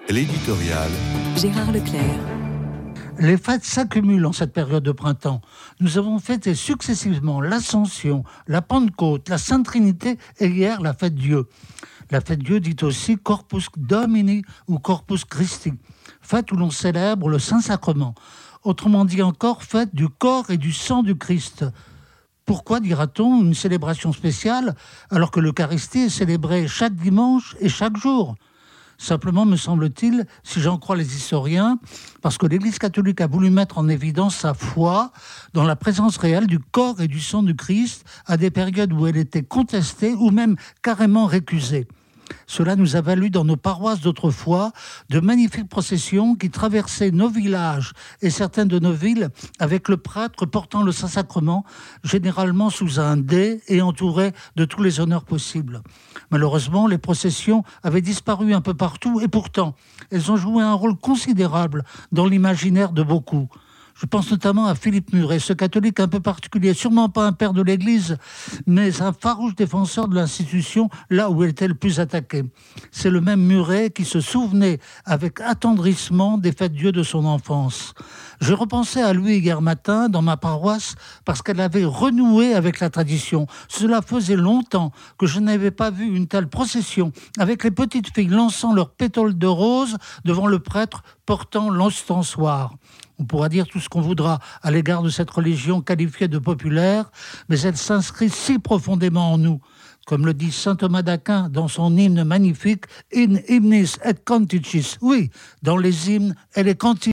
L'éditorial. Gérard Leclerc. Les fêtes s'accumulent en cette période de printemps. Nous avons fêté successivement l'Ascension, la Pentecôte, la Sainte Trinité et hier la fête Dieu. La fête Dieu dit aussi Corpus Domini ou Corpus Christi, fête où l'on célèbre le Saint-Sacrement. Autrement dit encore, fête du corps et du sang du Christ. Pourquoi, dira-t-on, une célébration spéciale alors que l'Eucharistie est célébrée chaque dimanche et chaque jour ? Simplement, me semble-t-il, si j'en crois les historiens, parce que l'Église catholique a voulu mettre en évidence sa foi dans la présence réelle du corps et du sang du Christ à des périodes où elle était contestée ou même carrément récusée. Cela nous a valu dans nos paroisses d'autrefois de magnifiques processions qui traversaient nos villages et certaines de nos villes avec le prêtre portant le Saint-Sacrement, généralement sous un dais et entouré de tous les honneurs possibles. Malheureusement, les processions avaient disparu un peu partout et pourtant, elles ont joué un rôle considérable dans l'imaginaire de beaucoup. Je pense notamment à Philippe Muret, ce catholique un peu particulier, sûrement pas un père de l'Église, mais un farouche défenseur de l'institution là où elle était le plus attaquée. C'est le même Muret qui se souvenait avec attendrissement des fêtes Dieu de son enfance. Je repensais à lui hier matin dans ma paroisse parce qu'elle avait renoué avec la tradition. Cela faisait longtemps que je n'avais pas vu une telle procession avec les petites filles lançant leurs pétales de rose devant le prêtre portant l'ostensoir. On pourra dire tout ce qu'on voudra à l'égard de cette religion qualifiée de populaire, mais elle s'inscrit si profondément en nous. Comme le dit saint Thomas d'Aquin dans son hymne magnifique « In hymnis et canticis ». Oui, dans les hymnes, elle est cantique.